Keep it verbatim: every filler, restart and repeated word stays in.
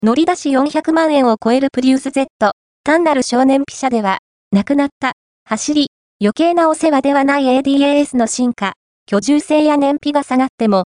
乗り出しよんひゃくまんえんを超えるプリウス Z、単なる少年飛車では、なくなった、走り、余計なお世話ではない エーディーエーエス の進化、居住性や燃費が下がっても、